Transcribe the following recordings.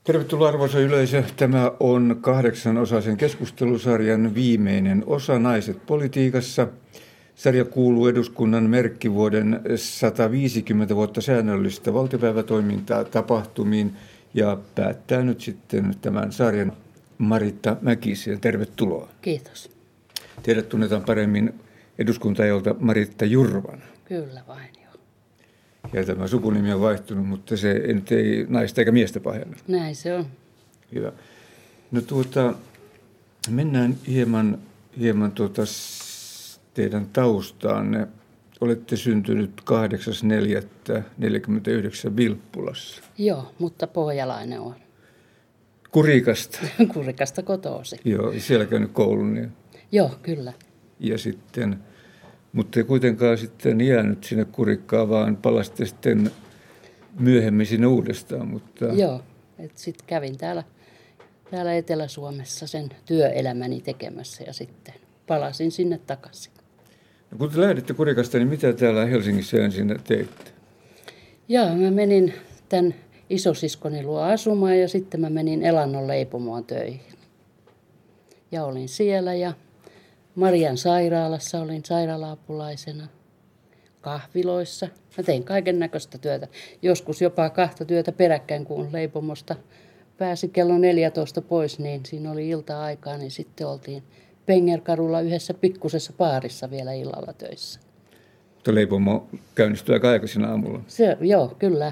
Tervetuloa arvoisa yleisö. Tämä on 8-osaisen keskustelusarjan viimeinen osa Naiset politiikassa. Sarja kuuluu eduskunnan merkkivuoden 150 vuotta säännöllistä valtiopäivätoimintaa tapahtumiin ja päättää nyt sitten tämän sarjan Maritta Mäkiseen. Tervetuloa. Kiitos. Teidät tunnetaan paremmin eduskuntajolta Maritta Jurvana. Kyllä vain, joo. Ja tämä sukunimi on vaihtunut, mutta se nyt ei naista eikä miestä pahenna. Näin se on. Hyvä. No mennään hieman teidän taustaanne. Olette syntynyt 8.4.49 Vilppulassa. Joo, mutta pohjalainen on. Kurikasta. Kurikasta kotoisin. Joo, siellä käynyt koulun. Niin. Joo, kyllä. Ja sitten, mutta ei kuitenkaan sitten jäänyt sinne Kurikkaan, vaan palasitte sitten myöhemmin sinne uudestaan. Mutta... Joo, että sitten kävin täällä Etelä-Suomessa sen työelämäni tekemässä ja sitten palasin sinne takaisin. No, kun te lähditte Kurikasta, niin mitä täällä Helsingissä ensin teitte? Joo, mä menin tämän isosiskoni luo asumaan ja sitten mä menin Elannon leipomoon töihin. Ja olin siellä ja Marian sairaalassa olin sairaala-apulaisena, kahviloissa. Mä tein kaiken näköistä työtä, joskus jopa 2 työtä peräkkäin, kun leipomosta pääsi kello 14 pois, niin siinä oli ilta-aikaa, niin sitten oltiin Pengerkadulla yhdessä pikkusessa baarissa vielä illalla töissä. Mutta leipomo käynnistyi aika aikaisin aamulla. Joo, kyllä.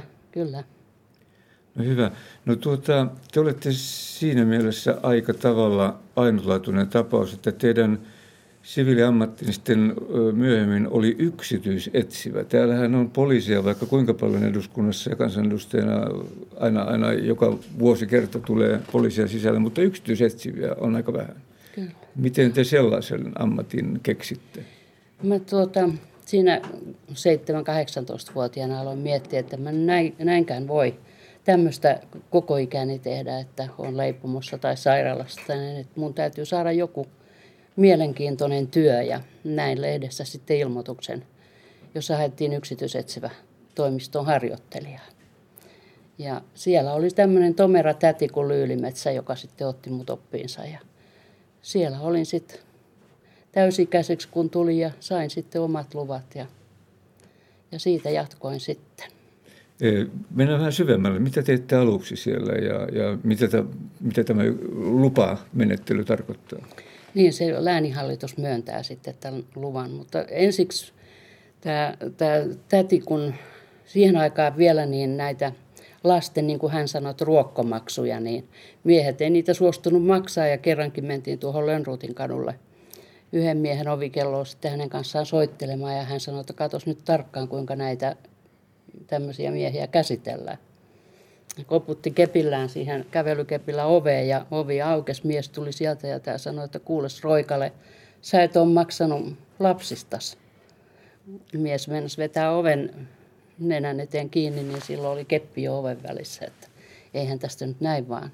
No hyvä. No te olette siinä mielessä aika tavalla ainutlaatuinen tapaus, että teidän siviiliammattinne sitten myöhemmin oli yksityisetsivä. Täällähän on poliisia vaikka kuinka paljon eduskunnassa ja kansanedustajana aina joka vuosi kerta tulee poliisia sisällä, mutta yksityisetsiviä on aika vähän. Kyllä. Miten te sellaisen ammatin keksitte? Mä siinä 7-18-vuotiaana aloin miettiä, että mä näinkään voi tämmöistä koko ikäni tehdä, että on leipomossa tai sairaalassa. Että mun täytyy saada joku mielenkiintoinen työ ja näin lehdessä sitten ilmoituksen, jossa haettiin yksityisetsivä toimiston harjoittelijaa. Ja siellä oli tämmöinen tomera täti kuin Lyylimetsä, joka sitten otti mut oppiinsa ja siellä olin sitten täysikäiseksi kun tuli ja sain sitten omat luvat ja siitä jatkoin sitten. Mennään vähän syvemmälle. Mitä teitte aluksi siellä ja mitä tämä lupamenettely tarkoittaa? Niin, se lääninhallitus myöntää sitten tämän luvan, mutta ensiksi tämä täti, kun siihen aikaan vielä niin näitä lasten, niin kuin hän sanoi, ruokkomaksuja, niin miehet ei niitä suostunut maksaa ja kerrankin mentiin tuohon Lönnruutin kadulle yhden miehen ovikelloon sitten hänen kanssaan soittelemaan ja hän sanoi, että katos nyt tarkkaan, kuinka näitä tämmöisiä miehiä käsitellään. Koputti kepillään siihen kävelykepillä oveen ja ovi aukesi. Mies tuli sieltä ja tämä sanoi, että kuules Roikale, sä et ole maksanut lapsistas. Mies mennessä vetää oven nenän eteen kiinni, niin silloin oli keppi jo oven välissä. Että eihän tästä nyt näin vaan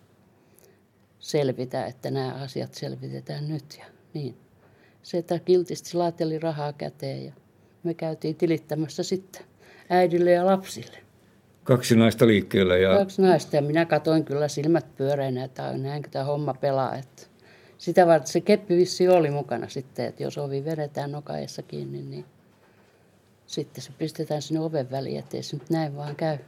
selvitä, että nämä asiat selvitetään nyt. Ja niin. Se kiltisti laateli rahaa käteen ja me käytiin tilittämässä sitten äidille ja lapsille. 2 naista liikkeellä. 2 naista ja minä katoin kyllä silmät pyöreinä, että näinkö tämä homma pelaa. Että sitä varten se keppi vissi oli mukana sitten, että jos ovi vedetään nokaessa kiinni, niin sitten se pistetään sinne oven väliin, ettei se nyt näin vaan käy.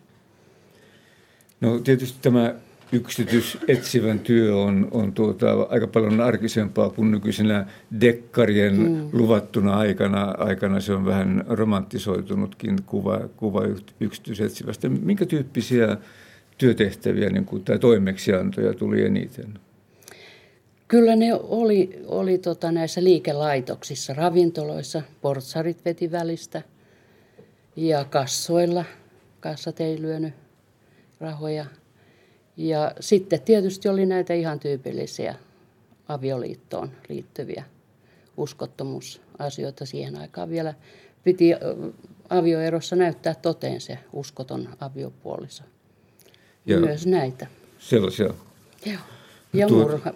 No tietysti tämä yksityisetsivän työ on aika paljon arkisempaa kuin nykyisenä dekkarien luvattuna aikana. Se on vähän romanttisoitunutkin kuva yksityisetsivästä. Minkä tyyppisiä työtehtäviä tai toimeksiantoja tuli eniten? Kyllä ne oli näissä liikelaitoksissa, ravintoloissa, portsarit veti välistä ja kassoilla. Kassat ei lyönyt rahoja. Ja sitten tietysti oli näitä ihan tyypillisiä avioliittoon liittyviä uskottomuusasioita. Siihen aikaan vielä piti avioerossa näyttää toteen se uskoton aviopuoliso. Ja myös näitä. Sellaisia. Joo. Ja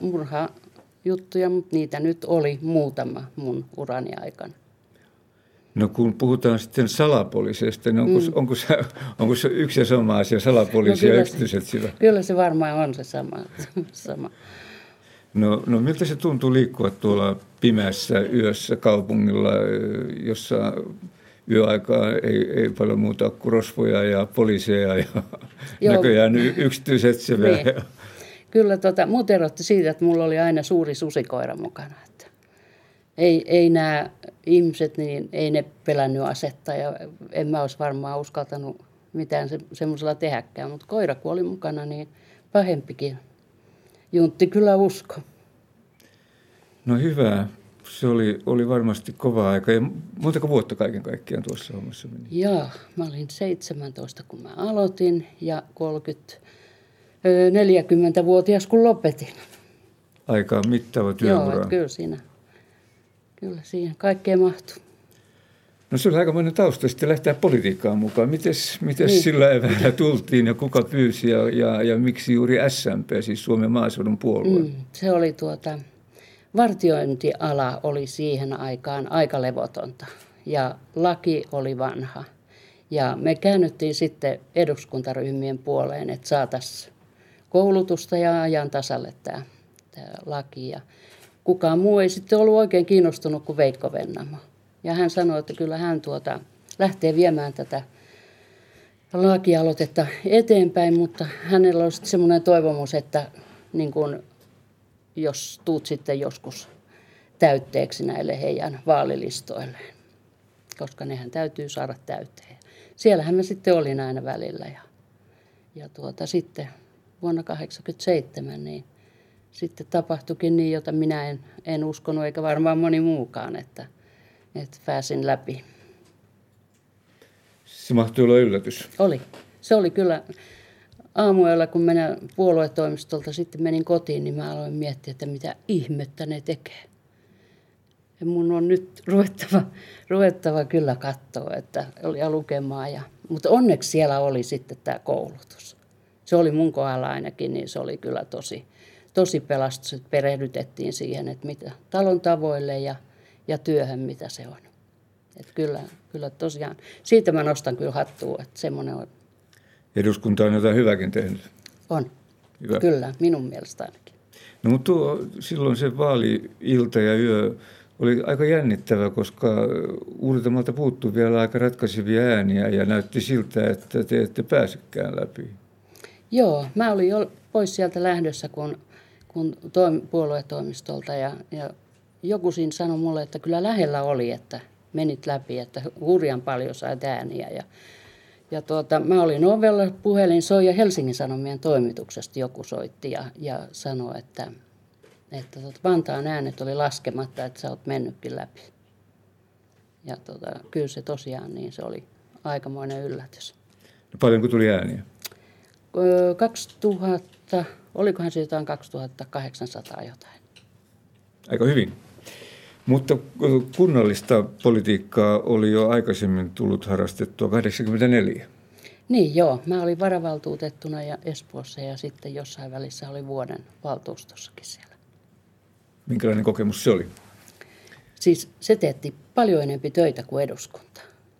murhajuttuja, mutta niitä nyt oli muutama mun urani aikana. No kun puhutaan sitten salapoliiseista, niin onko se yksi ja sama asia, salapoliisi ja yksityisetsivä? Kyllä se varmaan on se sama. No miltä se tuntuu liikkua tuolla pimeässä yössä kaupungilla, jossa yöaikaa ei paljon muuta kuin rosvoja ja poliiseja ja näköjään yksityisetsiviä. Niin. Kyllä mut erotti siitä, että mulla oli aina suuri susikoira mukana. Että ei nämä ihmiset, niin ei ne pelännyt asetta ja en mä olisi varmaan uskaltanut mitään semmoisella tehdäkään. Mutta koira kun oli mukana, niin pahempikin juntti kyllä usko. No hyvä. Se oli varmasti kova aika. Ja montako vuotta kaiken kaikkiaan tuossa hommassa meni? Joo, mä olin 17, kun mä aloitin ja 40-vuotias, kun lopetin. Aika mittava työura. Joo, kyllä siihen kaikkeen mahtuu. No se oli aikamoinen tausta sitten lähteä politiikkaan mukaan. Mites niin. Sillä evällä tultiin ja kuka pyysi ja miksi juuri SMP, siis Suomen maaseudun puolue? Se oli vartiointiala oli siihen aikaan aika levotonta ja laki oli vanha. Ja me käännyttiin sitten eduskuntaryhmien puoleen, että saataisiin koulutusta ja ajan tasalle tämä laki. Ja kukaan muu ei sitten ollut oikein kiinnostunut kuin Veikko Vennamo. Ja hän sanoi, että kyllä hän lähtee viemään tätä lakialoitetta eteenpäin, mutta hänellä on sitten semmoinen toivomus, että niin kun, jos tuut sitten joskus täytteeksi näille heidän vaalilistoilleen, koska nehän täytyy saada täyteen. Siellähän mä sitten olin aina välillä ja sitten vuonna 1987 niin sitten tapahtuikin niin, jota minä en uskonut eikä varmaan moni muukaan, että pääsin läpi. Se mahtui olla yllätys. Oli. Se oli kyllä aamuyöllä, kun minä puoluetoimistolta sitten menin kotiin, niin mä aloin miettiä, että mitä ihmettä ne tekee. Ja mun on nyt ruvettava kyllä katsoa ja lukemaan. Mutta onneksi siellä oli sitten tämä koulutus. Se oli mun kohdalla ainakin, niin se oli kyllä tosi pelastus, että perehdytettiin siihen, että mitä talon tavoille ja työhön, mitä se on. Että kyllä tosiaan, siitä mä nostan kyllä hattua, että semmoinen on. Eduskunta on jotain hyväkin tehnyt. On, hyvä. Kyllä, minun mielestä ainakin. No mutta silloin se vaali-ilta ja yö oli aika jännittävä, koska Uudellamaelta puuttui vielä aika ratkaisevia ääniä ja näytti siltä, että te ette pääsekään läpi. Joo, mä olin jo pois sieltä lähdössä, kun puoluetoimistolta ja joku siinä sanoi mulle, että kyllä lähellä oli, että menit läpi, että hurjan paljon sait ääniä. Ja mä olin ovella, puhelin soi ja Helsingin Sanomien toimituksesta joku soitti ja sanoi, että Vantaan äänet oli laskematta, että sä oot mennytkin läpi. Ja kyllä se tosiaan niin, se oli aikamoinen yllätys. No paljonko tuli ääniä? 2000, olikohan se jotain 2800 jotain. Aika hyvin. Mutta kunnallista politiikkaa oli jo aikaisemmin tullut harrastettua 84. Niin joo, mä olin varavaltuutettuna ja Espoossa ja sitten jossain välissä oli vuoden valtuustossakin siellä. Minkälainen kokemus se oli? Siis se teetti paljon enempi töitä kuin eduskunta.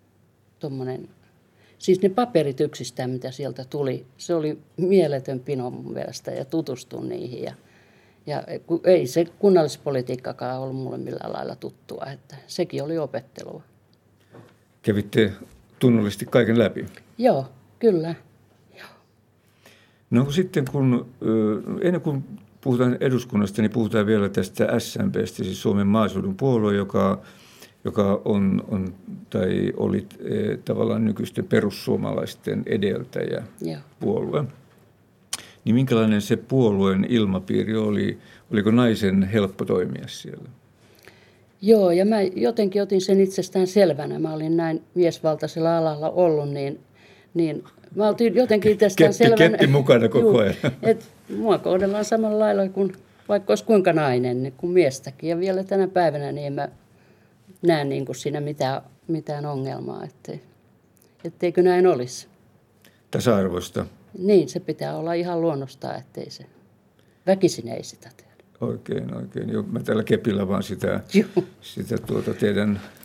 Siis ne paperit yksistään, mitä sieltä tuli, se oli mieletön pino mun mielestä ja tutustuin niihin. Ja ei se kunnallispolitiikkakaan ollut mulle millään lailla tuttua, että sekin oli opettelua. Kävitte tunnollisesti kaiken läpi? Joo, kyllä. Joo. No sitten ennen kuin puhutaan eduskunnasta, niin puhutaan vielä tästä SMP:stä, siis Suomen maaseudun puolue, joka on tai oli tavallaan nykyisten perussuomalaisten edeltäjä puolue. Niin minkälainen se puolueen ilmapiiri oli? Oliko naisen helppo toimia siellä? Joo, ja mä jotenkin otin sen itsestään selvänä. Mä olin näin miesvaltaisella alalla ollut, niin mä otin jotenkin itsestään selvänä. Keppi mukana koko ajan. Että mua kohdellaan samalla lailla kuin vaikka olisi kuinka nainen, niin kuin miestäkin. Ja vielä tänä päivänä niin en mä näe niin kuin siinä mitään ongelmaa, etteikö näin olisi. Tasa-arvoista. Niin, se pitää olla ihan luonnostaan, ettei se väkisin ei sitä tehdä. Oikein. Joo, mä tällä kepillä vaan sitä teidän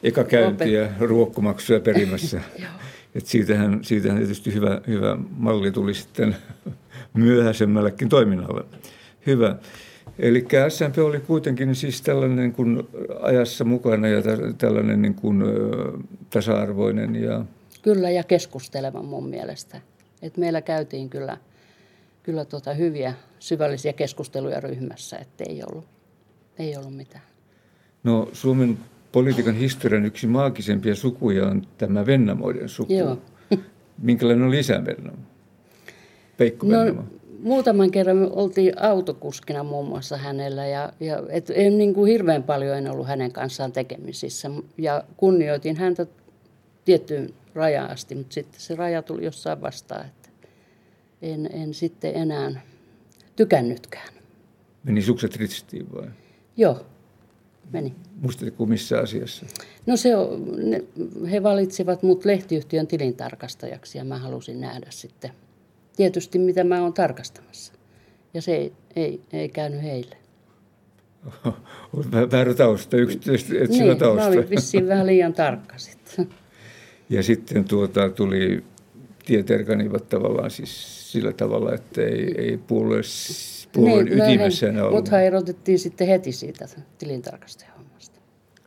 eka käyntiä ruokkomaksuja perimässä. Et siitähän tietysti hyvä malli tuli sitten myöhäisemmällekin toiminnalle. Hyvä. Eli SMP oli kuitenkin siis tällainen niin kuin ajassa mukana ja tällainen niin kuin tasa-arvoinen. Kyllä, ja keskusteleva mun mielestä. Et meillä käytiin kyllä hyviä syvällisiä keskusteluja ryhmässä, että ei ollut mitään. No, Suomen politiikan historian yksi maagisempia sukuja on tämä Vennamoiden suku. Joo. Minkälainen oli isä Vennamo? Peikko Vennamo. Muutaman kerran oltiin autokuskina muun muassa hänellä en niin kuin hirveän paljon en ollut hänen kanssaan tekemisissä ja kunnioitin häntä tiettyyn rajaan asti, mutta sitten se raja tuli jossain vastaan, että en sitten enää tykännytkään. Meni sukset ristiin vai? Joo, meni. Muistatko missä asiassa? No he valitsivat mut lehtiyhtiön tilintarkastajaksi ja mä halusin nähdä sitten tietysti mitä mä oon tarkastamassa. Ja se ei käynyt heille. Olet väärä tausta, yksityisesti etsivä tausta. Mä olin vissiin vähän liian tarkka sitten. Ja sitten tuli tiet erkanivat tavallaan siis sillä tavalla, että ei puolueen ytimessä enää ollut. Muthan erotettiin sitten heti siitä tilintarkastajahommasta.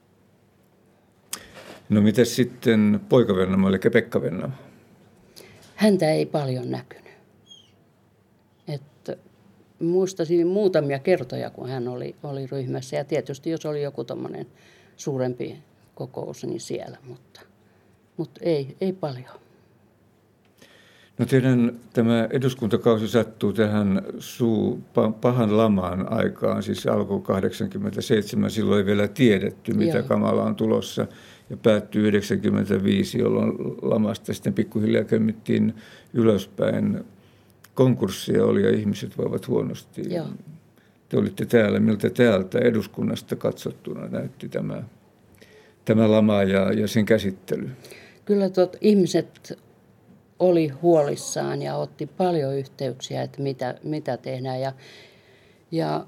No mitäs sitten poika Vennamo, eli Pekka Vennamo? Häntä ei paljon näkynyt. Että muistasin muutamia kertoja, kun hän oli ryhmässä. Ja tietysti jos oli joku tommoinen suurempi kokous, niin siellä, mutta ei paljon. No teidän tämä eduskuntakausi sattuu tähän pahan lamaan aikaan, siis alkoi 87, silloin ei vielä tiedetty, mitä kamala on tulossa, ja päättyi 95, jolloin lamasta sitten pikkuhiljaa kömmittiin ylöspäin. Konkurssia oli ja ihmiset voivat huonosti. Joo. Te olitte täällä, miltä täältä eduskunnasta katsottuna näytti tämä lama ja sen käsittely? Kyllä ihmiset oli huolissaan ja otti paljon yhteyksiä, että mitä tehdään. Ja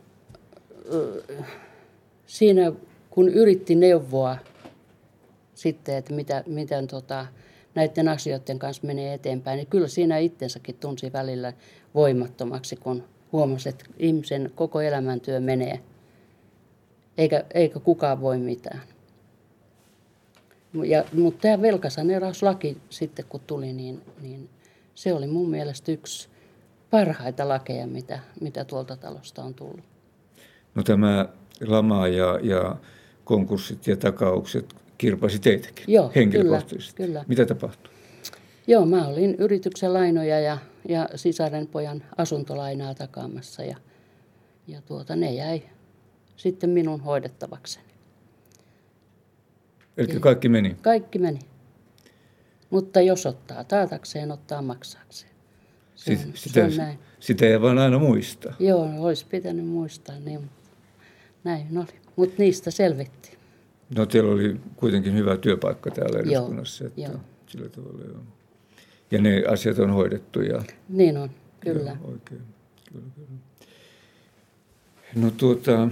siinä kun yritti neuvoa sitten, että miten näiden asioiden kanssa menee eteenpäin, niin kyllä siinä itsensäkin tunsi välillä voimattomaksi, kun huomasi, että ihmisen koko elämäntyö menee, eikä kukaan voi mitään. Mutta tämä velkasaneerauslaki sitten kun tuli, niin se oli mun mielestä yksi parhaita lakeja, mitä tuolta talosta on tullut. No tämä lama ja konkurssit ja takaukset kirpasi teitäkin henkilökohtaisesti. Kyllä. Mitä tapahtui? Joo, mä olin yrityksen lainoja ja sisarenpojan asuntolainaa takaamassa ja ne jäi sitten minun hoidettavakseni. Eli kaikki meni? Kaikki meni. Mutta jos ottaa taatakseen, ottaa maksaakseen. Se on näin. Sitä ei vaan aina muistaa. Joo, olisi pitänyt muistaa, niin näin oli. Mutta niistä selvittiin. No teillä oli kuitenkin hyvä työpaikka täällä eduskunnassa. Joo. Sillä tavalla, joo. Ja ne asiat on hoidettu. Niin on, kyllä. Joo, oikein. Kyllä. No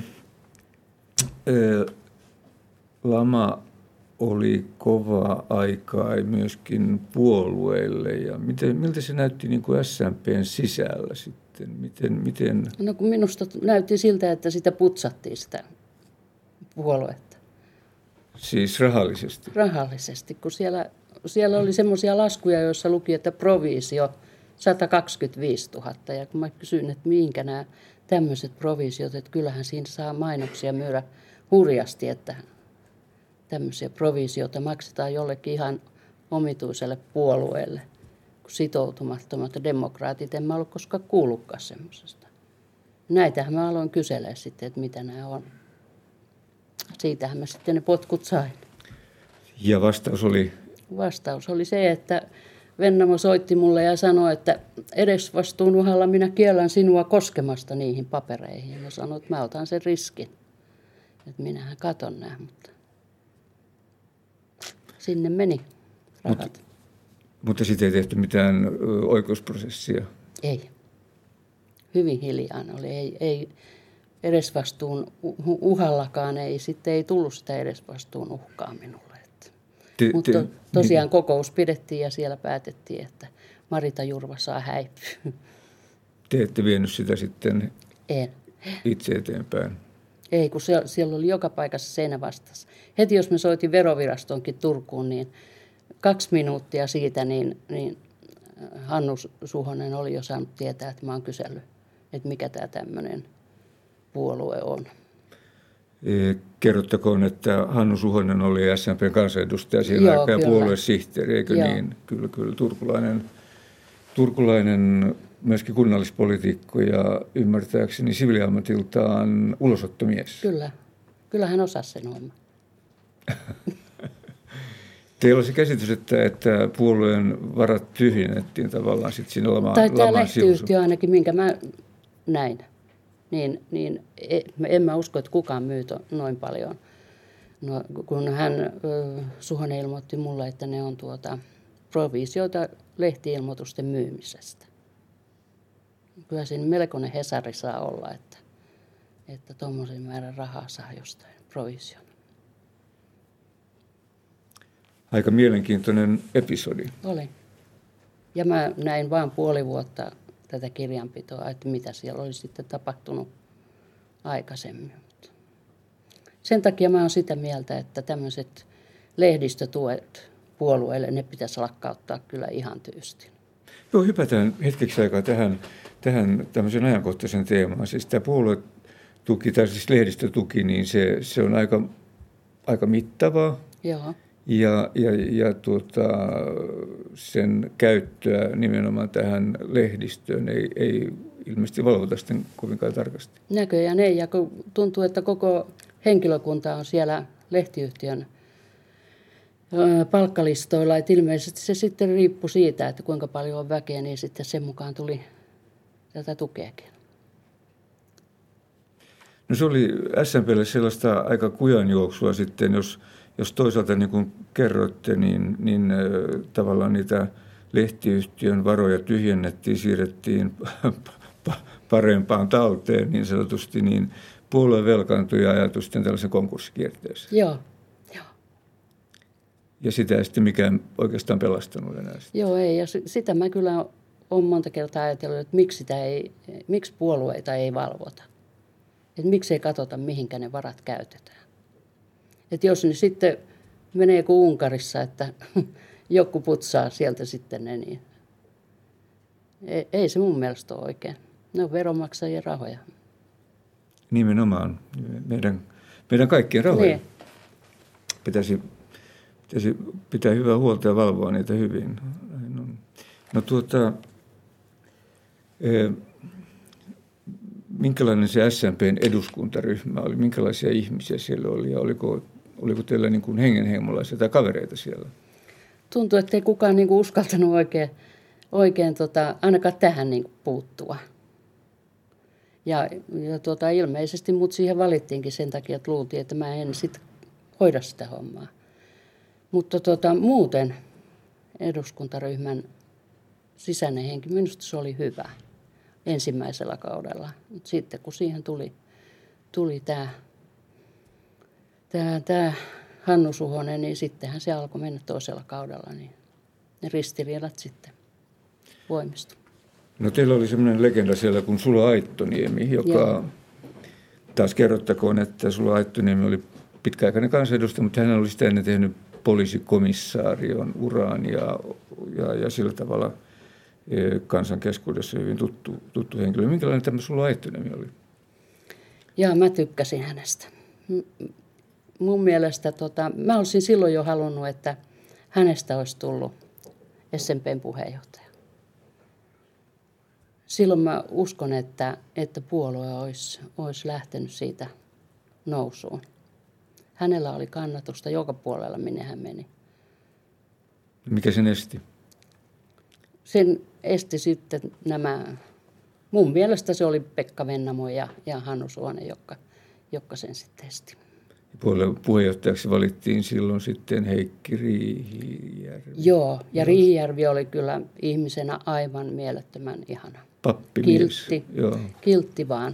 lama oli kova aikaa myöskin puolueille. Ja miltä se näytti niin kuin SMP:n sisällä sitten? Miten? No kun minusta näytti siltä, että sitä putsattiin sitä puoluetta. Siis rahallisesti? Rahallisesti, kun siellä oli semmoisia laskuja, joissa luki, että proviisio 125 000. Ja kun mä kysyin, että mihinkä nämä tämmöiset provisiot, että kyllähän siinä saa mainoksia myydä hurjasti, että tämmöisiä provisioita maksetaan jollekin ihan omituiselle puolueelle, kun sitoutumattomat demokraatit. En mä ollut koskaan kuullutkaan semmoisesta. Näitähän mä aloin kyselemään sitten, että mitä nämä on. Siitähän mä sitten ne potkut sain. Ja vastaus oli? Vastaus oli se, että Vennamo soitti mulle ja sanoi, että edesvastuun uhalla minä kiellän sinua koskemasta niihin papereihin. Ja mä sanoin, että mä otan sen riskin. Että minähän katon nämä, mutta sinne meni rahat. Mutta sitten ei tehty mitään oikeusprosessia? Ei. Hyvin hiljaan oli. Ei edesvastuun uhallakaan, ei tullut sitä edesvastuun uhkaa minulle. Mutta tosiaan kokous pidettiin ja siellä päätettiin, että Marita Jurva saa häipyä. Te ette vienyt sitä sitten En. itse eteenpäin? Ei, kun siellä oli joka paikassa seinä vastassa. Heti jos me soitin verovirastoonkin Turkuun, niin 2 minuuttia siitä, niin Hannu Suhonen oli jo saanut tietää, että mä oon kysellyt, että mikä tämä tämmöinen puolue on. Kerrottakoon, että Hannu Suhonen oli SMP:n kansanedustaja siinä aikaa ja puoluesihteeri, eikö Joo. niin? Kyllä, turkulainen myöskin kunnallispoliitikko ja ymmärtääkseni siviiliammatiltaan ulosottomies. Kyllä hän osasi sen homman. Teillä oli se käsitys, että puolueen varat tyhjennettiin tavallaan sitten siinä laman tai tämä lehtiyhtiö ainakin, minkä mä näin. Niin en mä usko, että kukaan myy noin paljon. No, kun Suhonen ilmoitti mulle, että ne on provisioita lehti-ilmoitusten myymisestä. Kyllä siinä melkoinen hesari saa olla, että tuommoisen määrän rahaa saa jostain provision. Aika mielenkiintoinen episodi. Oli. Ja mä näin vaan puoli vuotta tätä kirjanpitoa, että mitä siellä oli sitten tapahtunut aikaisemmin. Sen takia mä oon sitä mieltä, että tämmöiset lehdistötuet puolueille, ne pitäisi lakkauttaa kyllä ihan tyystin. Joo, hypätään hetkeksi aikaa tähän tämmöisen ajankohtaisen teemaan. Siis tämä puoluetuki, tai siis lehdistötuki, niin se on aika mittavaa. Joo. Ja sen käyttöä nimenomaan tähän lehdistöön ei ilmeisesti valvota sitten kovinkaan tarkasti. Näköjään ei, ja kun tuntuu, että koko henkilökunta on siellä lehtiyhtiön palkkalistoilla, että ilmeisesti se sitten riippui siitä, että kuinka paljon on väkeä, niin sitten sen mukaan tuli tätä tukeakin. No se oli SMP:lle sellaista aika kujanjuoksua sitten, jos toisaalta niin kuin kerroitte, niin tavallaan niitä lehtiyhtiön varoja tyhjennettiin, siirrettiin parempaan talteen niin sanotusti, niin puolue velkaantui ja ajatui sitten tällaisen konkurssikierteeseen. Joo. Ja sitä ei sitten mikään oikeastaan pelastanut enää. Joo, ei. Ja sitä mä kyllä olen monta kertaa ajatellut, että miksi puolueita ei valvota. Että miksi ei katsota, mihinkä ne varat käytetään. Että jos ne sitten menee kuin Unkarissa, että joku putsaa sieltä sitten ne, niin ei se mun mielestä ole oikein. Ne on veronmaksajien rahoja. Nimenomaan. Meidän kaikkien rahoja. Niin. Pitäisi pitää hyvää huolta ja valvoa niitä hyvin. No minkälainen se SMP:n eduskuntaryhmä oli? Minkälaisia ihmisiä siellä oli ja oliko teillä niin kuin hengenheimolaisia tai kavereita siellä? Tuntuu, että ei kukaan niin kuin uskaltanut oikein ainakaan tähän niin kuin puuttua. Ja ilmeisesti mut siihen valittiinkin sen takia, että luultiin, että mä en sitten hoida sitä hommaa. Mutta muuten eduskuntaryhmän sisäinen henki, minusta se oli hyvä ensimmäisellä kaudella. Mut sitten kun siihen tuli tämä Hannu Suhonen, niin sittenhän se alkoi mennä toisella kaudella, niin ne ristiriidat sitten voimistui. No teillä oli semmoinen legenda siellä kuin Sulo Aittoniemi, joka Joo. Taas kerrottakoon, että Sulo Aittoniemi oli pitkäaikainen kansanedustaja, mutta hän oli sitä ennen tehnyt poliisikomissaarion uraan ja sillä tavalla kansan keskuudessa hyvin tuttu henkilö. Minkälainen tämä Sulo Aittoniemi oli? Joo, mä tykkäsin hänestä. Mun mielestä, mä olisin silloin jo halunnut, että hänestä olisi tullut SMP:n puheenjohtaja. Silloin mä uskon, että puolue olisi lähtenyt siitä nousuun. Hänellä oli kannatusta joka puolella, minne hän meni. Mikä sen esti? Sen esti sitten mun mielestä se oli Pekka Vennamo ja Hannu Suhonen, jotka sen sitten esti. Puolueen puheenjohtajaksi valittiin silloin sitten Heikki Riihijärvi. Joo, ja Riihijärvi oli kyllä ihmisenä aivan mielettömän ihana. Pappimies. Kiltti vaan.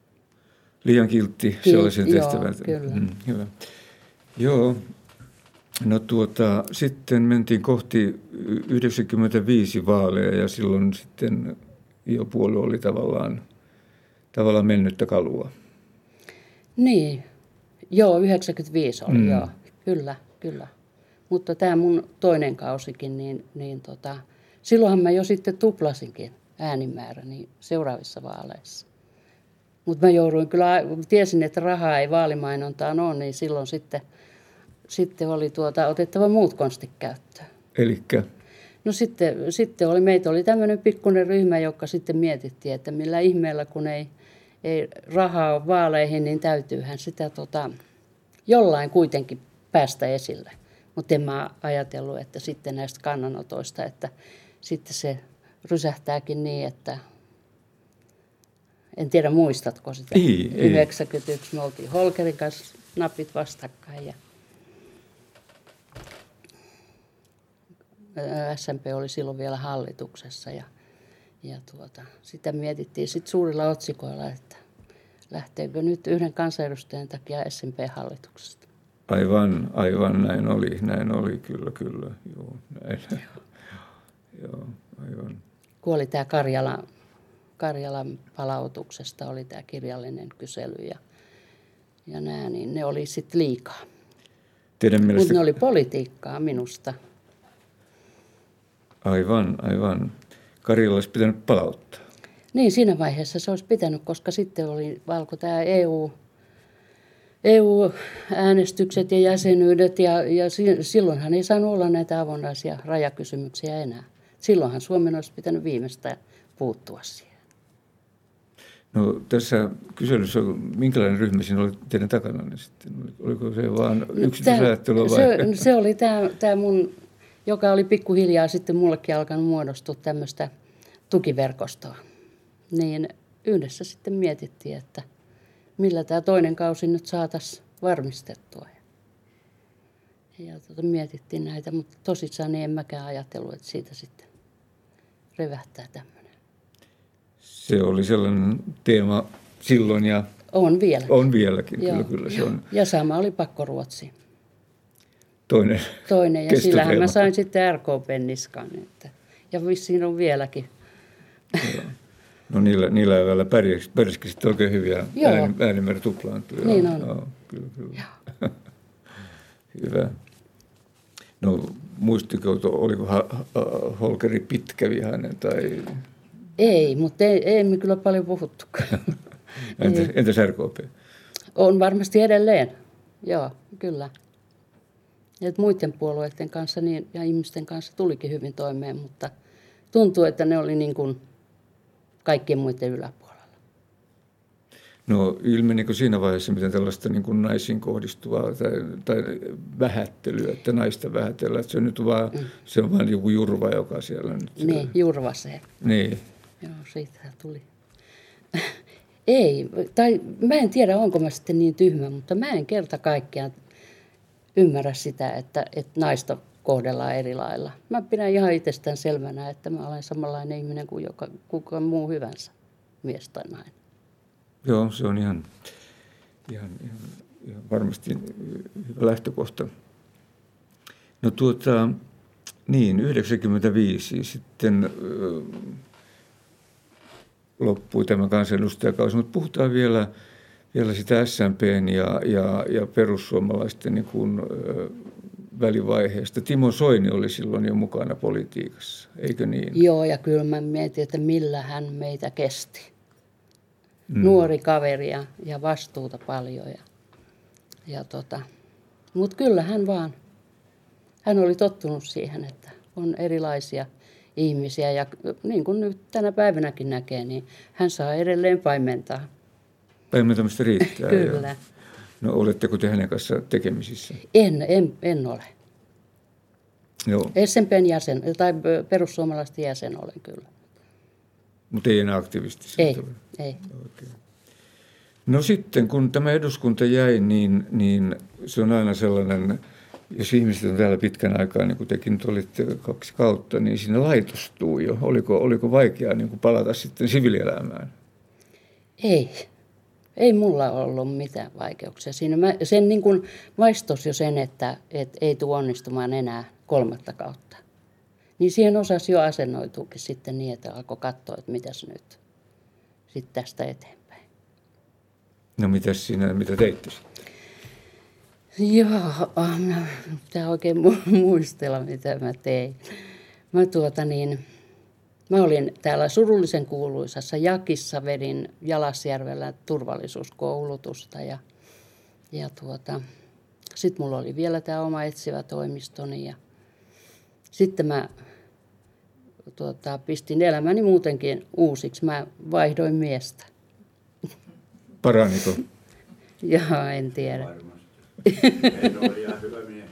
Liian kiltti, se oli sen tehtävä. Joo, kyllä. Hyvä. Joo, No sitten mentiin kohti 95 vaaleja ja silloin sitten jo puolue oli tavallaan mennyttä kalua. Niin, joo, 95 oli, joo, kyllä. Mutta tämä mun toinen kausikin, silloinhan mä jo sitten tuplasinkin äänimääräni seuraavissa vaaleissa. Mutta mä jouduin kyllä, tiesin, että rahaa ei vaalimainontaan ole, niin silloin sitten oli otettava muut konstit käyttöön. Elikkä? No sitten meitä oli tämmöinen pikkuinen ryhmä, joka sitten mietittiin, että millä ihmeellä, kun ei rahaa ole vaaleihin, niin täytyyhän sitä jollain kuitenkin päästä esille. Mutta en mä ajatellut, että sitten näistä kannanotoista, että sitten se rysähtääkin niin, että en tiedä muistatko sitä. Ei. 91 me oltiin Holkerin kanssa napit vastakkain ja SMP oli silloin vielä hallituksessa ja sitä mietittiin sitten suurilla otsikoilla, että lähteekö nyt yhden kansanedustajan takia SMP-hallituksesta. Aivan näin oli kyllä. Joo, näin. Joo, aivan. Kun oli tämä Karjalan palautuksesta oli tämä kirjallinen kysely ja nämä, niin ne oli sitten liikaa. Teidän mielestä... Mutta ne oli politiikkaa minusta. Aivan. Karjala olisi pitänyt palauttaa. Niin, siinä vaiheessa se olisi pitänyt, koska sitten alkoi tämä EU-äänestykset ja jäsenyydet ja silloinhan ei saanut olla näitä avonaisia rajakysymyksiä enää. Silloinhan Suomen olisi pitänyt viimeistään puuttua siihen. No tässä kyselyssä, minkälainen ryhmä siinä oli teidän takana sitten? Oliko se vaan yksityisajattelua vai? Se oli tämä mun, joka oli pikkuhiljaa sitten mullekin alkanut muodostua tämmöistä tukiverkostoa. Niin yhdessä sitten mietittiin, että millä tämä toinen kausi nyt saataisiin varmistettua. Ja mietittiin näitä, mutta tosissaan niin en mäkään ajatellut, että siitä sitten revähtää tämmöinen. Se oli sellainen teema silloin ja... On vieläkin. On vieläkin, joo, kyllä. Se on ja sama oli pakkoruotsi. Toinen ja sillähän mä sain sitten RKP:n niskaan. Ja vissiin on vieläkin. No niillä eväillä pärjäsikin sitten oikein hyviä äänimäärä tuplaantui. Niin on. Joo, kyllä. Hyvä. No muistiko, oliko Holkeri pitkävihainen tai... Ei, mutta ei me kyllä paljon puhuttukaan. Entäs RKP? On varmasti edelleen, joo, kyllä. Et muiden puolueiden kanssa ja ihmisten kanssa tulikin hyvin toimeen, mutta tuntuu, että ne oli niin kuin kaikkien muiden yläpuolella. No ilmenikö siinä vaiheessa miten tällaista niin kuin naisiin kohdistuvaa tai vähättelyä, että naista vähätellään, että se nyt se on vaan joku Jurva, joka siellä nyt... Niin, Jurva se. Niin. Joo, siitä tuli. Ei, tai mä en tiedä, onko mä sitten niin tyhmä, mutta mä en kerta kaikkiaan ymmärrä sitä, että naista kohdellaan eri lailla. Mä pidän ihan itsestään selvänä, että mä olen samanlainen ihminen kuin kuka muu hyvänsä, mies tai nainen. Joo, se on ihan varmasti hyvä lähtökohta. No 95 sitten loppui tämä kansanedustajakausi, mutta puhutaan vielä sitä SMP:n ja perussuomalaisten niin kuin, välivaiheesta. Timo Soini oli silloin jo mukana politiikassa, eikö niin? Joo, ja kyllä mä mietin, että millä hän meitä kesti. Nuori kaveri ja vastuuta paljon. Mutta kyllä hän oli tottunut siihen, että on erilaisia ihmisiä. Ja niin kuin nyt tänä päivänäkin näkee, niin hän saa edelleen paimentaa. Paimentamista riittää. Kyllä. No oletteko te hänen kanssa tekemisissä? En ole. Joo. SMP:n jäsen, tai perussuomalaisten jäsen olen kyllä. Mutta ei enää aktiivisesti? Ei. Okay. No sitten, kun tämä eduskunta jäi, niin se on aina sellainen, jos ihmiset on täällä pitkän aikaa, niin kuin tekin nyt olitte 2 kautta, niin siinä laitostuu jo. Oliko vaikeaa niin kuin palata sitten siviilielämään? Ei mulla ollut mitään vaikeuksia siinä. Sen niin kuin vaistosi jo sen, että ei tule onnistumaan enää 3. kautta. Niin siihen osasi jo asennoituukin sitten niin, että alkoi katsoa, että mitäs nyt sitten tästä eteenpäin. No mitä teitte sitten? Joo, pitää oikein muistella, mitä mä tein. Mä olin täällä surullisen kuuluisassa Jakissa, vedin Jalasjärvellä turvallisuuskoulutusta ja sitten mulla oli vielä tämä oma etsivä toimistoni ja sitten mä pistin elämäni muutenkin uusiksi. Mä vaihdoin miestä. Paraniko? Joo, en tiedä. Varmasti. Ei ole ihan hyvä mies.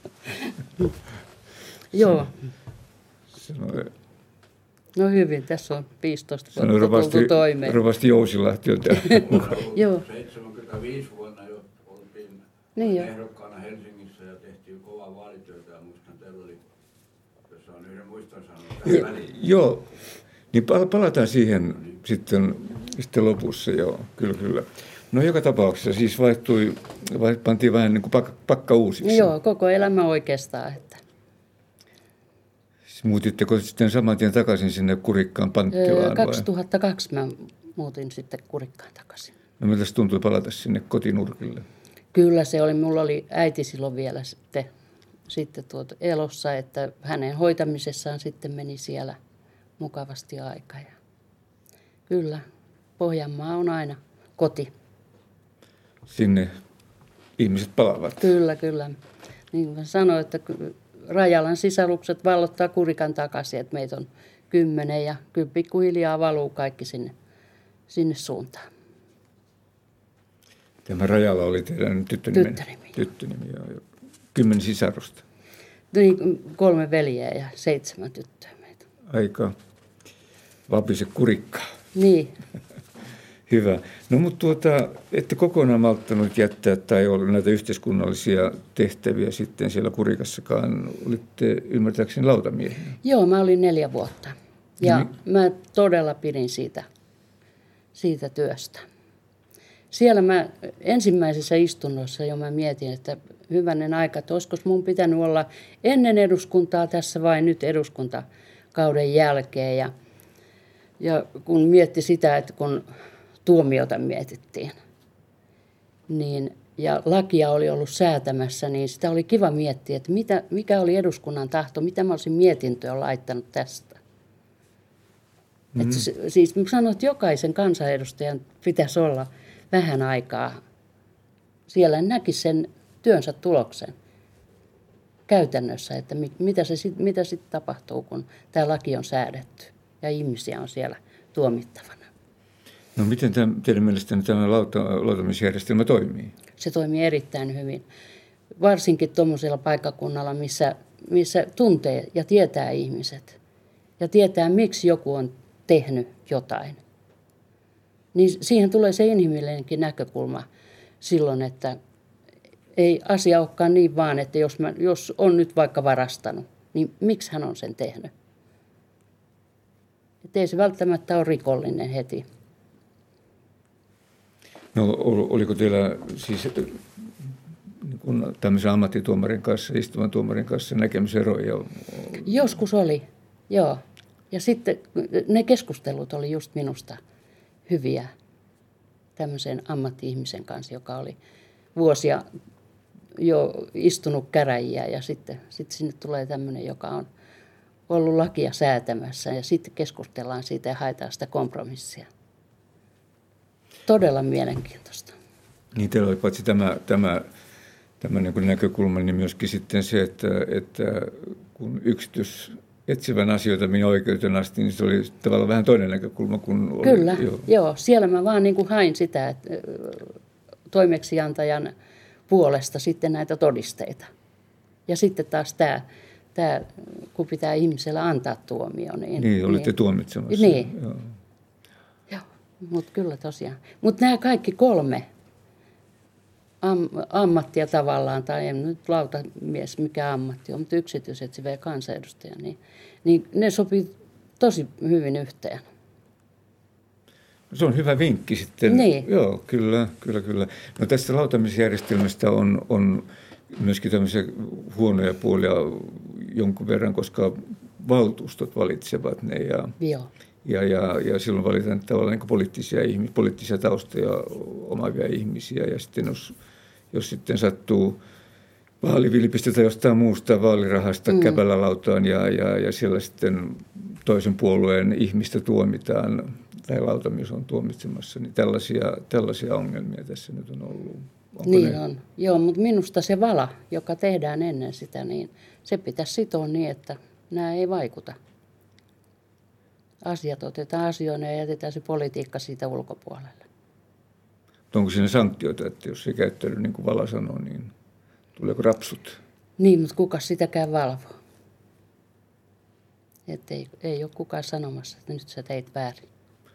Joo. Sanoi, No hyvin, tässä on 15 vuotta tultu toimeen. Rovasti Jousilahti on täällä mukana. Joo. 75 vuonna jo oltiin Niin jo. ehdokkaana Helsingissä ja tehtiin kovaa vaalityötä. Ja muistan, teillä oli, jos on yhden muiston sanonut tähän väliin. Joo, niin palataan siihen sitten lopussa, joo, kyllä. No joka tapauksessa siis pantiin vähän niin kuin pakka uusiksi. Joo, koko elämä oikeastaan. Että. Muutitteko sitten saman tien takaisin sinne Kurikkaan Panttilaan? 2002 mä muutin sitten Kurikkaan takaisin. No miltä se tuntui palata sinne kotinurkille? Kyllä se oli, mulla oli äiti silloin vielä sitten elossa, että hänen hoitamisessaan sitten meni siellä mukavasti aika. Ja kyllä, Pohjanmaa on aina koti. Sinne ihmiset palaavat. Kyllä. Niin kuin mä sanoin, että Rajalan sisarukset vallottaa Kurikan takaisin, että meitä on 10 ja kyllä pikkuhiljaa valuu kaikki sinne suuntaan. Tämä Rajala oli teidän tyttönimi. Tyttönimi. Joo. 10 sisarusta. Niin, 3 veljeä ja 7 tyttöä meitä. Aika vapise Kurikkaa. Niin. Hyvä. No mutta ette kokonaan malttanut jättää tai olla näitä yhteiskunnallisia tehtäviä sitten siellä Kurikassakaan. Olitte ymmärtääkseni lautamiehiä. Joo, mä olin 4 vuotta. Ja mä todella pidin siitä työstä. Siellä mä ensimmäisessä istunnossa jo mä mietin, että hyvänen aika, että olisiko mun pitänyt olla ennen eduskuntaa tässä vai nyt eduskuntakauden jälkeen. Ja kun mietti sitä, että kun tuomiota mietittiin, niin, ja lakia oli ollut säätämässä, niin sitä oli kiva miettiä, että mikä oli eduskunnan tahto, mitä mä olisin mietintöön laittanut tästä. Että siis mä sanon, että jokaisen kansanedustajan pitäisi olla vähän aikaa. Siellä näkisi sen työnsä tuloksen käytännössä, että mitä sitten tapahtuu, kun tämä laki on säädetty ja ihmisiä on siellä tuomittavana. No miten teidän mielestänne tämä lautamiesjärjestelmä toimii? Se toimii erittäin hyvin. Varsinkin tuommoisella paikkakunnalla, missä tuntee ja tietää ihmiset. Ja tietää, miksi joku on tehnyt jotain. Niin siihen tulee se inhimillinenkin näkökulma silloin, että ei asia olekaan niin vaan, että jos on nyt vaikka varastanut, niin miksi hän on sen tehnyt. Että ei se välttämättä ole rikollinen heti. No oliko teillä siis kun tämmöisen ammattituomarin kanssa, istuvan tuomarin kanssa näkemyseroja? Joskus oli, joo. Ja sitten ne keskustelut oli just minusta hyviä tämmöisen ammatti-ihmisen kanssa, joka oli vuosia jo istunut käräjiä ja sitten sinne tulee tämmöinen, joka on ollut lakia säätämässä ja sitten keskustellaan siitä ja haetaan sitä kompromissia. Todella mielenkiintoista. Niin teillä oli paitsi tämä niin kuin näkökulma, niin myöskin sitten se, että kun yksityis etsivän asioita minä oikeuteen asti, niin se oli tavallaan vähän toinen näkökulma kuin oli. Kyllä, joo. Siellä mä vaan niin kuin hain sitä että toimeksiantajan puolesta sitten näitä todisteita. Ja sitten taas tämä kun pitää ihmisellä antaa tuomio. Niin, olitte tuomitsemassa. Niin. Joo, mutta kyllä tosiaan. Mutta nämä kaikki 3 ammattia tavallaan, tai en nyt lautamies mikä ammatti on, mutta yksityisetsivä ja kansanedustaja, niin ne sopii tosi hyvin yhteen. Se on hyvä vinkki sitten. Niin. Joo, kyllä. No tästä lautamiesjärjestelmästä on myöskin tämmöisiä huonoja puolia jonkun verran, koska valtuustot valitsevat ne Joo. Ja silloin valitaan tavallaan niin poliittisia taustoja omaavia ihmisiä. Ja sitten jos sitten sattuu vaalivilpistä tai jostain muusta vaalirahasta käpälälautaan ja siellä sitten toisen puolueen ihmistä tuomitaan tai lautamies on tuomitsemassa, niin tällaisia ongelmia tässä nyt on ollut. Onko niin ne? on. Joo, mutta minusta se vala, joka tehdään ennen sitä, niin se pitäisi sitoa niin, että nämä ei vaikuta. Asiat otetaan asioina ja jätetään se politiikka siitä ulkopuolelle. Onko siinä sanktioita, että jos ei käyttäydy niin kuin vala sanoo, niin tuleeko rapsut? Niin, mutta kuka sitäkään valvoo? Että ei ole kukaan sanomassa, että nyt sä teit väärin.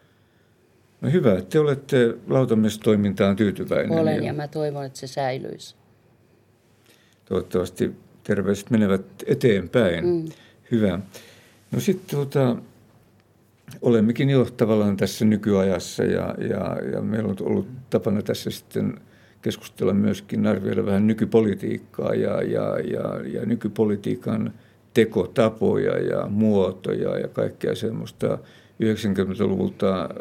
No hyvä, että te olette lautamiestoimintaan tyytyväinen. Olen ja mä toivon, että se säilyisi. Toivottavasti terveiset menevät eteenpäin. Hyvä. No sitten olemmekin jo tavallaan tässä nykyajassa ja meillä on ollut tapana tässä sitten keskustella myöskin, arvioida vähän nykypolitiikkaa ja nykypolitiikan tekotapoja ja muotoja ja kaikkea semmoista 90-luvulta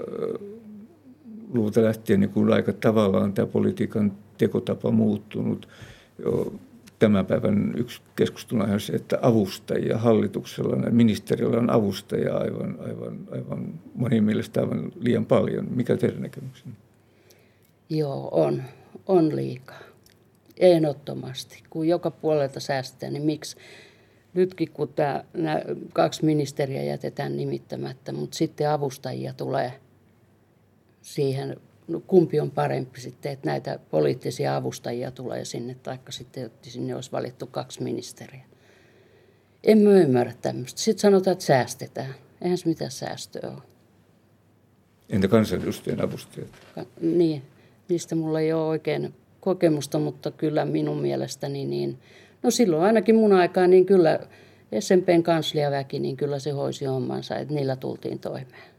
lähtien niin kuin aika tavallaan tämä politiikan tekotapa muuttunut. Tämän päivän yksi keskustelu on se, että avustajia hallituksella ja ministerillä on avustajia aivan monien mielestä aivan liian paljon. Mikä teidän näkemyksenne? Joo, on liikaa. Ehdottomasti. Kun joka puolelta säästetään, niin miksi? Nytkin kun nämä 2 ministeriä jätetään nimittämättä, mutta sitten avustajia tulee siihen, no kumpi on parempi sitten, että näitä poliittisia avustajia tulee sinne, taikka sitten että sinne olisi valittu 2 ministeriä. En mä ymmärrä tämmöistä. Sitten sanotaan, että säästetään. Eihän se mitään säästöä ole. Entä kansanedustajien avustajat? Niin, niistä mulla ei ole oikein kokemusta, mutta kyllä minun mielestäni niin. No silloin ainakin mun aikaan, niin kyllä SMP:n kansliaväki, niin kyllä se hoisi hommansa, että niillä tultiin toimeen.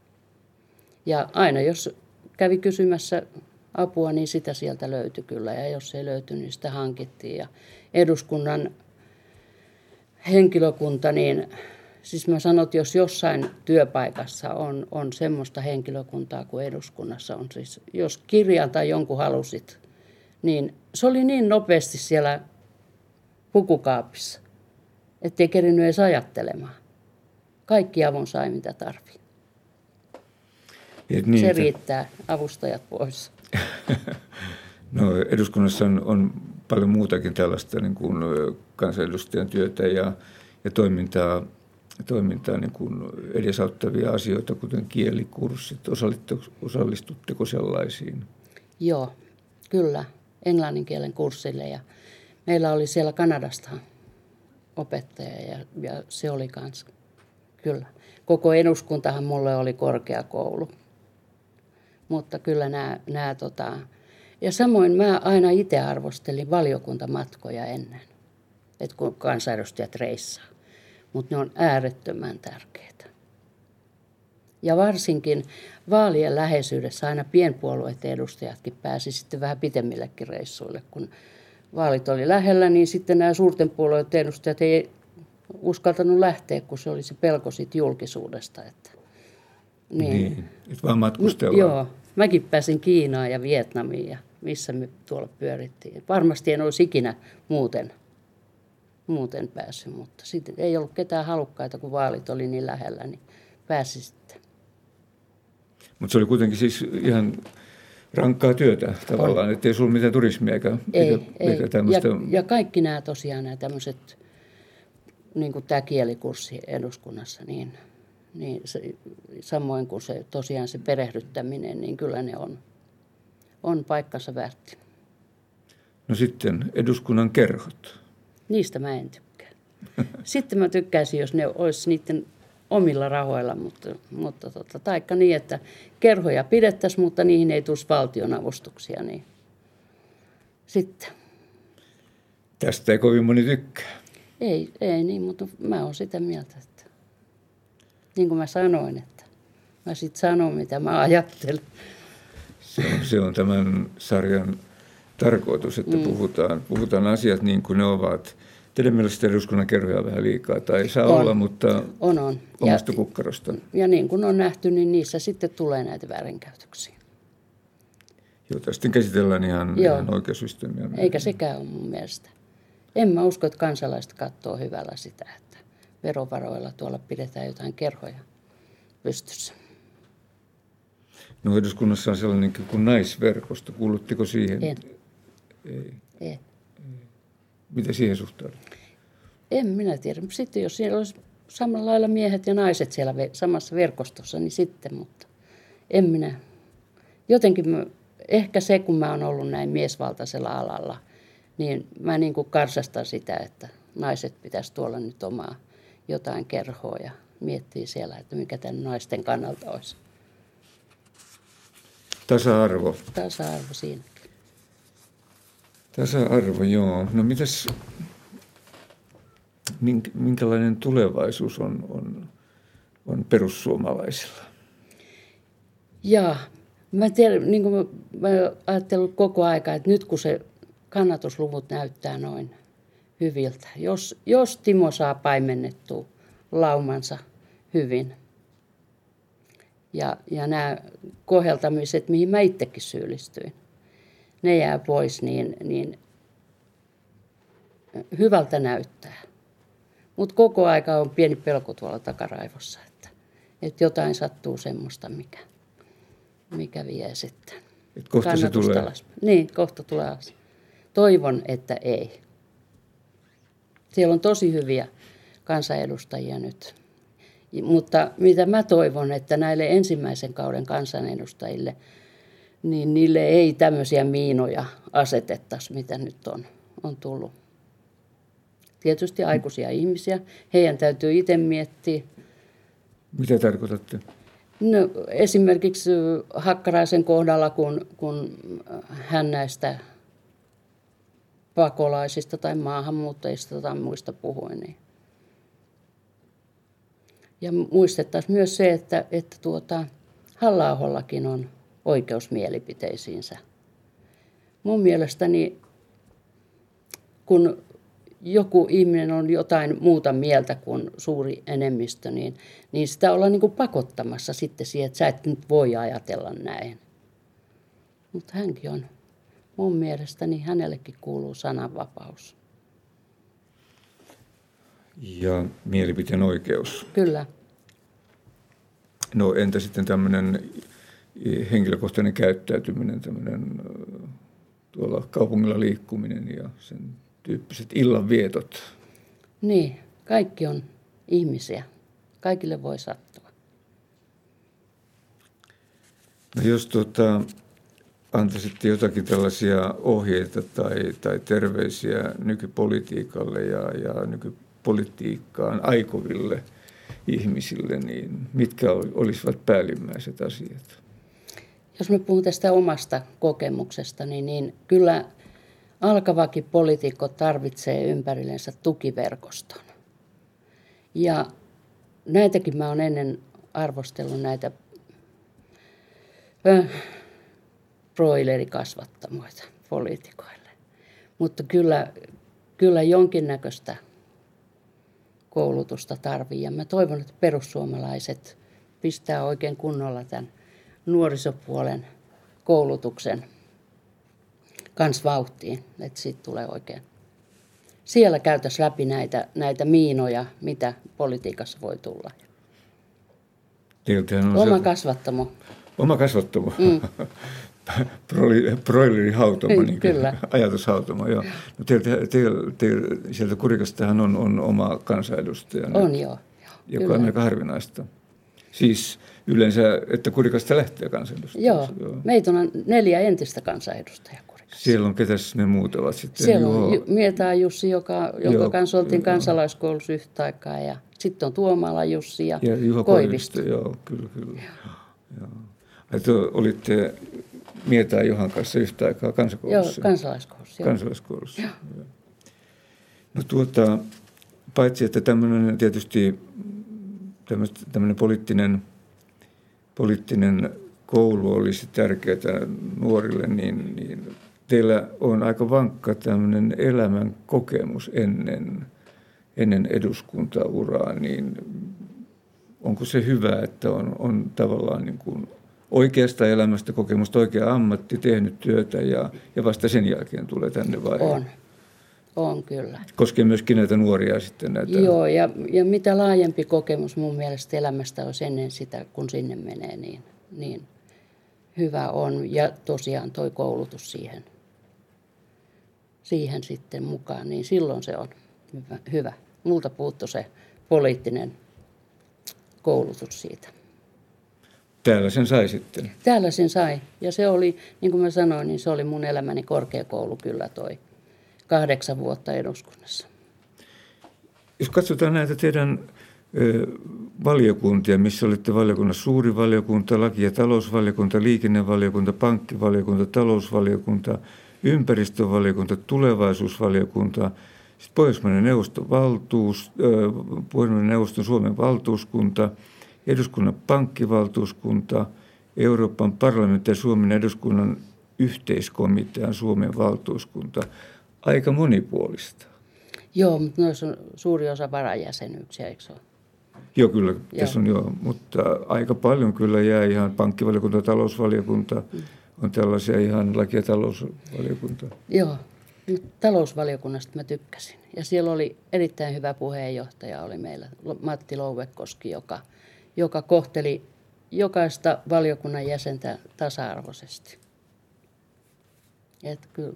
Ja aina jos kävi kysymässä apua, niin sitä sieltä löytyi kyllä. Ja jos ei löyty, niin sitä hankittiin. Ja eduskunnan henkilökunta, niin siis mä sanon, että jos jossain työpaikassa on semmoista henkilökuntaa kuin eduskunnassa on, siis jos kirjan tai jonkun halusit, niin se oli niin nopeasti siellä pukukaapissa, ettei kerinyt edes ajattelemaan. Kaikki avun sai, mitä tarvii. Se riittää, avustajat pois. No, eduskunnassa on paljon muutakin tällaista niin kuin kansanedustajan työtä ja toimintaa niin kuin edesauttavia asioita, kuten kielikurssit. Osallistutteko sellaisiin? Joo, kyllä. Englannin kielen kurssille ja meillä oli siellä Kanadasta opettaja ja se oli kanssa. Kyllä. Koko eduskuntahan mulle oli korkeakoulu. Mutta kyllä nämä ja samoin mä aina itse arvostelin valiokuntamatkoja ennen, että kun kansanedustajat reissaa. Mutta ne on äärettömän tärkeitä. Ja varsinkin vaalien läheisyydessä aina pienpuolueiden edustajatkin pääsi sitten vähän pitemmillekin reissuille. Kun vaalit oli lähellä, niin sitten nämä suurten puolueiden edustajat ei uskaltanut lähteä, kun se oli se pelko siitä julkisuudesta. Niin, että vaan matkustellaan. Joo, mäkin pääsin Kiinaan ja Vietnamiin ja missä me tuolla pyörittiin. Varmasti en olisi ikinä muuten päässyt, mutta sitten ei ollut ketään halukkaita, kun vaalit oli niin lähellä, niin pääsi sitten. Mutta se oli kuitenkin siis ihan rankkaa työtä tavallaan, ettei sulla mitään turismia eikä tämmöistä. Ja kaikki nämä tosiaan nämä tämmöiset, niin kuin tämä kielikurssi eduskunnassa, niin samoin kuin se tosiaan se perehdyttäminen, niin kyllä ne on paikkansa väärti. No sitten eduskunnan kerhot. Niistä mä en tykkää. Sitten mä tykkäisin, jos ne olisi niiden omilla rahoilla, mutta taikka niin, että kerhoja pidettäisiin, mutta niihin ei tulisi valtionavustuksia. Niin. Sitten. Tästä ei kovin moni tykkää. Ei niin, mutta mä oon sitä mieltä, että niin kuin mä sanoin, että Mä sitten sanon, mitä mä ajattelen. Se on tämän sarjan tarkoitus, että puhutaan asiat niin kuin ne ovat. Teidän mielestä eduskunnan kerhoja on vähän liikaa, tai ei saa olla, mutta on. Omasta kukkarosta. Ja niin kuin on nähty, niin niissä sitten tulee näitä väärinkäytöksiä. Jota sitten käsitellään ihan oikeussysteemiä. Eikä sekään ole mun mielestä. En mä usko, että kansalaiset katsoo hyvällä sitä, että verovaroilla tuolla pidetään jotain kerhoja pystyssä. No eduskunnassa on sellainen kuin naisverkosto. Kuulutteko siihen? En. Ei. Miten siihen suhtaudut? En minä tiedä. Sitten jos siellä olisi samalla lailla miehet ja naiset siellä samassa verkostossa, niin sitten, mutta en minä. Jotenkin ehkä se, kun mä oon ollut näin miesvaltaisella alalla, niin mä niin kuin karsastan sitä, että naiset pitäisi tuolla nyt omaa jotain kerhoa ja miettii siellä, että mikä tämän naisten kannalta olisi. Tasa-arvo. Tasa-arvo siinä. Tasa-arvo, joo. No mitäs, minkälainen tulevaisuus on perussuomalaisilla? Jaa, mä tiedän, niin kuin mä ajattelin koko aika, että nyt kun se kannatusluvut näyttää noin hyviltä, jos Timo saa paimennettua laumansa hyvin ja nämä koheltamiset, mihin mä itsekin syyllistyin, ne jää pois, niin hyvältä näyttää. Mutta koko aika on pieni pelko tuolla takaraivossa, että jotain sattuu semmoista, mikä vie sitten. Et kohta se tulee. Niin, kohta tulee alas. Toivon, että ei. Siellä on tosi hyviä kansanedustajia nyt. Mutta mitä mä toivon, että näille ensimmäisen kauden kansanedustajille, niin niille ei tämmöisiä miinoja asetettaisi, mitä nyt on tullut. Tietysti aikuisia ihmisiä. Heidän täytyy itse miettiä. Mitä tarkoitatte? No, esimerkiksi Hakkaraisen kohdalla, kun hän näistä pakolaisista tai maahanmuuttajista tai muista puhui. Niin. Ja muistettaisiin myös se, että Halla-ahollakin on oikeus mielipiteisiinsä. Mun mielestäni, kun joku ihminen on jotain muuta mieltä kuin suuri enemmistö, niin sitä ollaan niin kuin pakottamassa sitten siihen, että sä et nyt voi ajatella näin. Mutta hänkin on, mun mielestäni hänellekin kuuluu sananvapaus. Ja mielipiteen oikeus. Kyllä. No entä sitten tämmöinen henkilökohtainen käyttäytyminen, tämmöinen tuolla kaupungilla liikkuminen ja sen tyyppiset illanvietot? Niin, kaikki on ihmisiä. Kaikille voi sattua. No jos antaisitte jotakin tällaisia ohjeita tai terveisiä nykypolitiikalle ja nykypolitiikkaan aikoville ihmisille, niin mitkä olisivat päällimmäiset asiat? Jos me puhun tästä omasta kokemuksesta, niin kyllä alkavakin poliitikko tarvitsee ympärillensä tukiverkoston. Ja näitäkin mä oon ennen arvostellut näitä broilerikasvattamoita poliitikoille. Mutta kyllä jonkinnäköistä koulutusta tarvii. Ja mä toivon, että perussuomalaiset pistää oikein kunnolla tämän nuorisopuolen koulutuksen kans vauhtiin, että siitä tulee oikein. Siellä käytäisiin läpi näitä miinoja, mitä politiikassa voi tulla. Oma kasvattamo. Oma kasvattamo. Broilerihautamo, niin kyllä. Ajatushautamo. Joo. No sieltä Kurikastahan on oma kansanedustaja. On joo. Joka kyllä on aika harvinaista. Siis yleensä, että Kurikasta lähtee kansanedustajia. Joo. Meitä on 4 entistä kansanedustajaa Kurikassa. Siellä on ketäs ne muut ovat sitten? Siellä on Mietaa Jussi, jonka kanssa oltiin kansalaiskoulussa yhtä aikaa. Ja sitten on Tuomala Jussi ja Juha Koivisto. Joo, kyllä. Joo. Että olitte Mietaa Juhan kanssa yhtä aikaa kansakoulussa? Joo, kansalaiskoulussa. Kansalaiskoulussa. Joo. No paitsi että tämmöinen tietysti tämmöinen poliittinen poliittinen koulu olisi tärkeää nuorille, niin teillä on aika vankka tämmöinen elämän kokemus ennen eduskuntauraa, niin onko se hyvä, että on tavallaan niin kuin oikeasta elämästä kokemusta, oikea ammatti, tehnyt työtä ja vasta sen jälkeen tulee tänne vai? On kyllä. Koskee myöskin näitä nuoria sitten näitä. Joo, ja mitä laajempi kokemus mun mielestä elämästä olisi ennen sitä, kun sinne menee, niin hyvä on. Ja tosiaan toi koulutus siihen sitten mukaan, niin silloin se on hyvä. Multa puuttui se poliittinen koulutus siitä. Täällä sen sai sitten? Täällä sen sai. Ja se oli, niin kuin mä sanoin, niin se oli mun elämäni korkeakoulu kyllä toi 8 vuotta eduskunnassa. Jos katsotaan näitä teidän valiokuntia, missä olitte valiokunnassa, suuri valiokunta, laki- ja talousvaliokunta, liikennevaliokunta, pankkivaliokunta, talousvaliokunta, ympäristövaliokunta, tulevaisuusvaliokunta, sitten Pohjoismaiden neuvoston Suomen valtuuskunta, eduskunnan pankkivaltuuskunta, Euroopan parlamentin ja Suomen eduskunnan yhteiskomitean Suomen valtuuskunta. Aika monipuolista. Joo, mutta noissa on suuri osa varajäsenyyksiä, eikö se ole? Joo, kyllä. Tässä on mutta aika paljon kyllä jää ihan pankkivaliokunta, talousvaliokunta, on tällaisia ihan laki- ja talousvaliokunta. Joo, talousvaliokunnasta mä tykkäsin. Ja siellä oli erittäin hyvä puheenjohtaja, oli meillä Matti Louekoski, joka kohteli jokaista valiokunnan jäsentä tasa-arvoisesti. Et kyllä,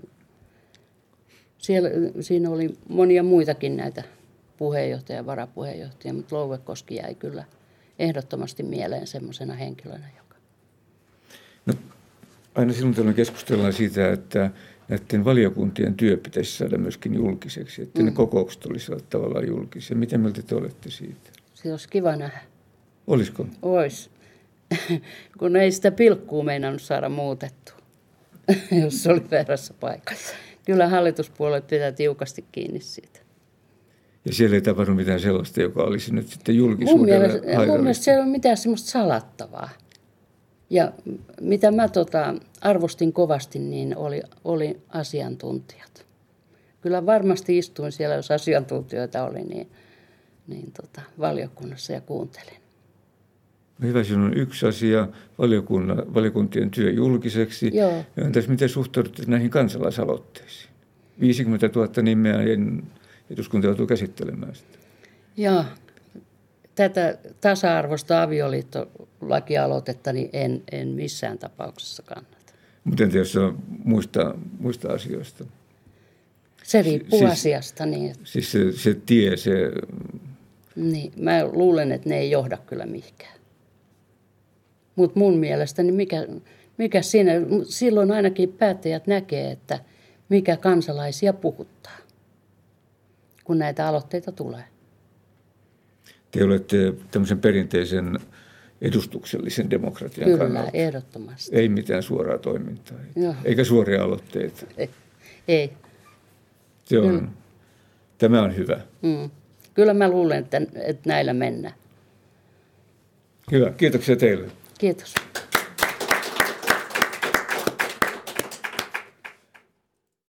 siinä oli monia muitakin näitä puheenjohtaja ja varapuheenjohtaja, mutta Louekoski jäi kyllä ehdottomasti mieleen semmoisena henkilönä, joka... No, aina silloin tällöin keskustellaan siitä, että näiden valiokuntien työ pitäisi saada myöskin julkiseksi, että ne kokoukset olisivat tavallaan julkisia. Miten mieltä te olette siitä? Se olisi kiva nähdä. Olisiko? Ois. Kun ei sitä pilkkuu meinannut saada muutettua, jos se oli väärässä paikassa. Kyllä hallituspuolueet pitää tiukasti kiinni siitä. Ja siellä ei tapahdu mitään sellaista, joka olisi nyt sitten julkisuudelle haitallista. Mun mielestä siellä ei ole mitään semmoista salattavaa. Ja mitä mä arvostin kovasti, niin oli asiantuntijat. Kyllä varmasti istuin siellä, jos asiantuntijoita oli, niin valiokunnassa ja kuuntelin. Hyvä, siinä on yksi asia, valiokuntien työ julkiseksi. Joo. Entäs miten suhtaudutte näihin kansalaisaloitteisiin? 50 000 nimeä eduskunta joutuu käsittelemään sitä. Joo. Tätä tasa-arvoista avioliittolakialoitetta niin en missään tapauksessa kannata. Mutta entä jos on muista asioista? Se riippuu asiasta. Niin, siis se tie, se... Niin, mä luulen, että ne ei johda kyllä mihinkään. Mutta mun mielestäni mikä siinä, silloin ainakin päättäjät näkee, että mikä kansalaisia puhuttaa, kun näitä aloitteita tulee. Te olette tämmöisen perinteisen edustuksellisen demokratian kyllä, kannalta. Kyllä, ehdottomasti. Ei mitään suoraa toimintaa, Joo. Eikä suoria aloitteita. Ei. Tämä on hyvä. Kyllä mä luulen, että näillä mennään. Hyvä, kiitoksia teille. Kiitos.